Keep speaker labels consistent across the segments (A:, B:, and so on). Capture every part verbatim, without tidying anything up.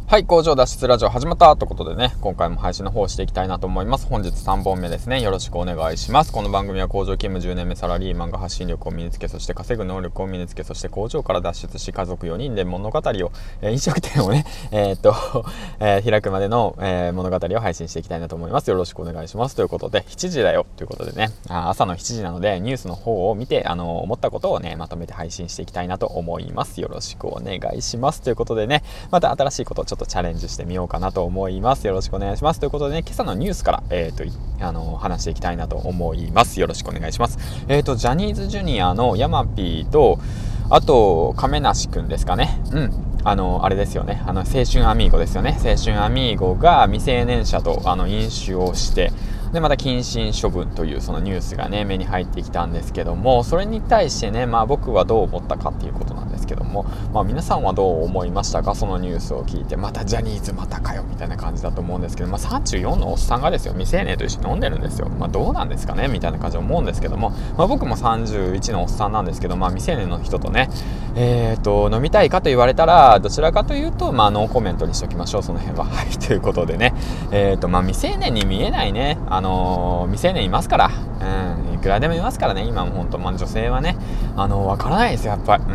A: はい、工場脱出ラジオ始まったということでね、今回も配信の方をしていきたいなと思います。本日さんぼんめですね。よろしくお願いします。この番組は工場勤務じゅうねんめサラリーマンが発信力を身につけ、そして稼ぐ能力を身につけ、そして工場から脱出し、家族よにんで物語を、えー、飲食店をね、えー、っと、えー、開くまでの、えー、物語を配信していきたいなと思います。よろしくお願いします。ということで、しちじだよということでね、あ朝のしちじなのでニュースの方を見て、あのー、思ったことをね、まとめて配信していきたいなと思います。よろしくお願いします。ということでね、また新しいことをちょっとチャレンジしてみようかなと思います。よろしくお願いします。ということでね、今朝のニュースから、えーと、あの話していきたいなと思います。よろしくお願いします。えーと、ジャニーズジュニアのヤマピーと、あと、亀梨くんですかね。うん。あの、あれですよね。あの、青春アミーゴですよね。青春アミーゴが未成年者と、あの、飲酒をして、で、また謹慎処分というそのニュースがね、目に入ってきたんですけども、それに対してね、まあ僕はどう思ったかっていうことなんですけども、まあ皆さんはどう思いましたか？そのニュースを聞いて、またジャニーズまたかよみたいな感じだと思うんですけど、まあさんじゅうよんのおっさんがですよ、未成年と一緒に飲んでるんですよ。まあどうなんですかねみたいな感じで思うんですけども、まあ僕もさんじゅういちのおっさんなんですけど、まあ未成年の人とね、えーと、飲みたいかと言われたら、どちらかというと、まあノーコメントにしておきましょう、その辺は。はい、ということでね、えーと、まあ未成年に見えないね、あのー、未成年いますから、うん、いくらでもいますからね、今も本当、まあ女性はね、あのー、わからないですよ、やっぱり。うん。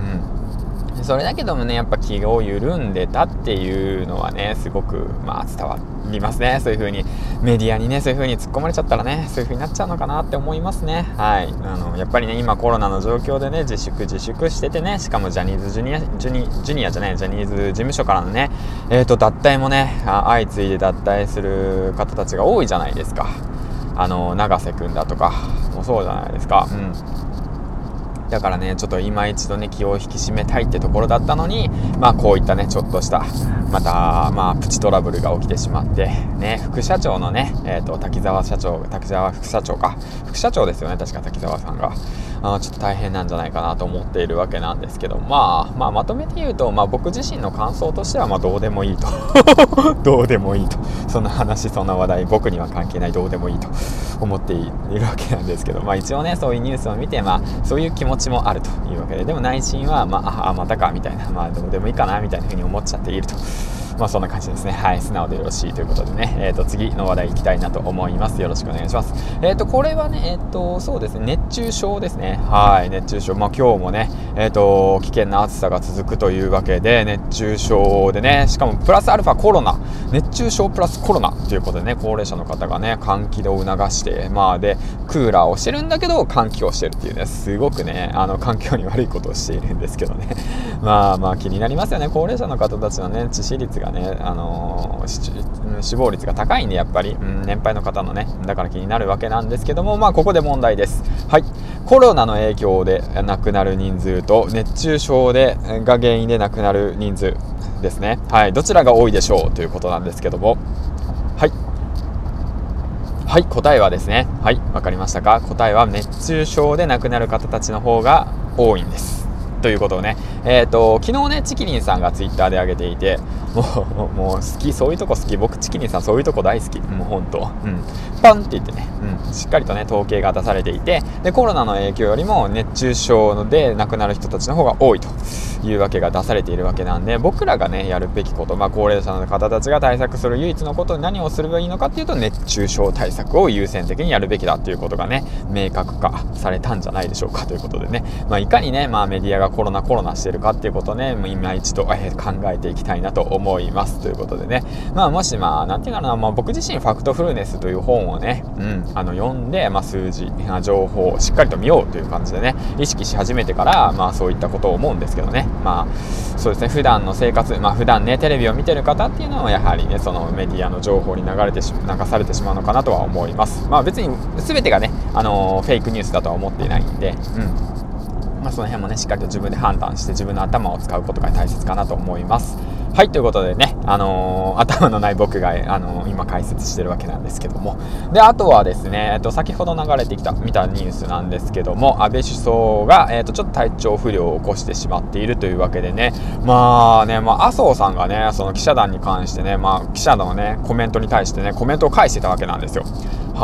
A: それだけどもね、やっぱ気を緩んでたっていうのはね、すごく、まあ伝わりますね。そういう風に、メディアにね、そういう風に突っ込まれちゃったらね、そういう風になっちゃうのかなって思いますね。はい。あの、やっぱりね、今コロナの状況でね、自粛自粛しててね、しかもジャニーズジュニア、ジュニ、ジュニアじゃない、ジャニーズ事務所からのね、えーと、脱退もね、相次いで脱退する方たちが多いじゃないですか。あの、永瀬くんだとかもそうじゃないですか。うん。だからね、ちょっと今一度ね、気を引き締めたいってところだったのに、まあこういったね、ちょっとしたまたまあプチトラブルが起きてしまってね、副社長のね、えっと滝沢社長、滝沢副社長か、副社長ですよね、確か滝沢さんが、あちょっと大変なんじゃないかなと思っているわけなんですけど、まあまあまとめて言うと、まあ僕自身の感想としてはまあどうでもいいとどうでもいいと、そんな話、そんな話題、僕には関係ない、どうでもいいと思っているわけなんですけど、まあ一応ね、そういうニュースを見て、まあそういう気持ちもあるというわけで、でも内心はまああまたかみたいな、まあどうでもいいかなみたいな風に思っちゃっていると。まあそんな感じですね。はい、素直でよろしいということでね、えーと次の話題行きたいなと思います。よろしくお願いします。えーとこれはね、えーとそうですね、熱中症ですね。はい、熱中症、まあ今日もね、えーと危険な暑さが続くというわけで、熱中症でね、しかもプラスアルファコロナ、熱中症プラスコロナということでね、高齢者の方がね、換気を促して、まあでクーラーをしてるんだけど換気をしてるっていうね、すごくね、あの環境に悪いことをしているんですけどね。まあまあ気になりますよね。高齢者の方たちのね、致死率がね、あのー、死亡率が高いんで、やっぱり、うん、年配の方のね、だから気になるわけなんですけども、まあここで問題です。はい、コロナの影響で亡くなる人数と熱中症でが原因で亡くなる人数ですね。はい、どちらが多いでしょうということなんですけども、はいはい、答えはですね、はい、わかりましたか？答えは熱中症で亡くなる方たちの方が多いんですということをね、えーと昨日ね、チキリンさんがツイッターで上げていて、もうもう好き、そういうとこ好き、僕チキリンさんそういうとこ大好き、もう本当、うん、パンって言ってね、うん、しっかりとね統計が出されていて、でコロナの影響よりも熱中症で亡くなる人たちの方が多いというわけが出されているわけなんで、僕らがねやるべきこと、まあ高齢者の方たちが対策する唯一のことに何をすればいいのかっていうと、熱中症対策を優先的にやるべきだということがね明確化されたんじゃないでしょうかということでね、まあいかにね、まあメディアがコロナコロナしてるかっていうことをね、今一度、えー、考えていきたいなと思いますということでね、まあもしまあなんていうかな、まあ僕自身ファクトフルネスという本をね、うん、あの読んで、まあ数字情報をしっかりと見ようという感じでね意識し始めてから、まあそういったことを思うんですけどね、まあそうですね、普段の生活、まあ普段ねテレビを見てる方っていうのはやはりね、そのメディアの情報に流れてし流されてしまうのかなとは思います。まあ別に全てがね、あのー、フェイクニュースだとは思っていないんで、うんまあ、その辺もねしっかりと自分で判断して自分の頭を使うことが大切かなと思います。はい、ということでね、あのー、頭のない僕が、あのー、今解説してるわけなんですけども、であとはですね、えっと、先ほど流れてきた見たニュースなんですけども、安倍首相が、えっと、ちょっと体調不良を起こしてしまっているというわけでね、まあね、まあ、麻生さんがねその記者団に関してね、まあ、記者のねコメントに対してねコメントを返してたわけなんですよ。はい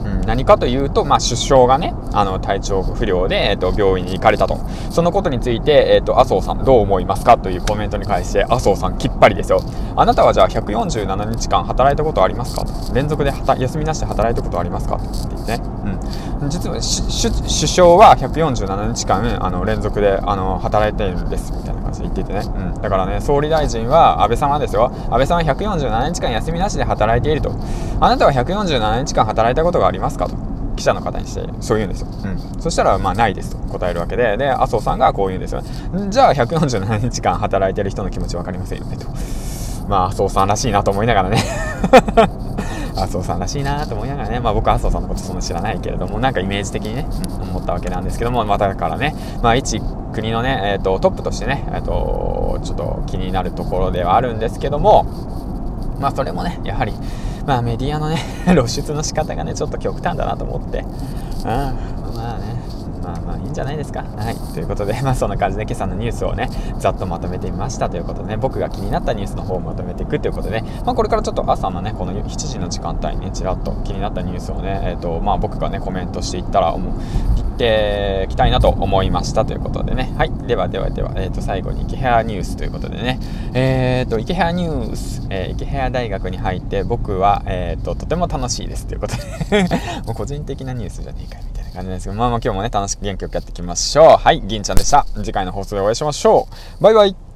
A: うん、何かというと、まあ、首相がねあの体調不良で、えー、と病院に行かれたと。そのことについて、えー、と麻生さんどう思いますかというコメントに関して麻生さんきっぱりですよ。あなたはじゃあひゃくよんじゅうななにちかん働いたことありますかと。連続で休みなしで働いたことありますかと言ってね、うん、実は首相はひゃくよんじゅうななにちかんあの連続であの働いているんですみたいな感じで言っていてね、うん、だからね総理大臣は安倍さんはですよ、安倍さんはひゃくよんじゅうななにちかん休みなしで働いていると。あなたはひゃくよんじゅうななにちかん働いたことがありますかと記者の方にしてそう言うんですよ、うん、そしたらまあないですと答えるわけで、で麻生さんがこう言うんですよ。じゃあひゃくよんじゅうななにちかん働いてる人の気持ち分かりませんよねと。まあ麻生さんらしいなと思いながらね麻生さんらしいなと思いながらね、まあ僕は麻生さんのことそんな知らないけれども、なんかイメージ的にね、うん、思ったわけなんですけども、まあだからね、まあ一国のね、えーと、トップとしてね、えーと、ちょっと気になるところではあるんですけども、まあそれもね、やはり、まあメディアのね、露出の仕方がね、ちょっと極端だなと思って、うん、まあね、まあまあいいんじゃないですか。はい、ということで、まあそんな感じで今朝のニュースをねざっとまとめてみましたということでね、僕が気になったニュースの方をまとめていくということで、まあ、これからちょっと朝のねこのしちじの時間帯にねちらっと気になったニュースをね、えーとまあ、僕がねコメントしていったら思う言っていきたいなと思いましたということでね。はい、ではではでは、えー、と最後に池部ニュースということでね、えーと池部ニュース、えー、池部大学に入って僕は、えー、ととても楽しいですということでもう個人的なニュースじゃねえかみたいな感じですけど、まあまあ今日もね楽しく元気よくやっていきましょう。はい、銀ちゃんでした。次回の放送でお会いしましょう。バイバイ。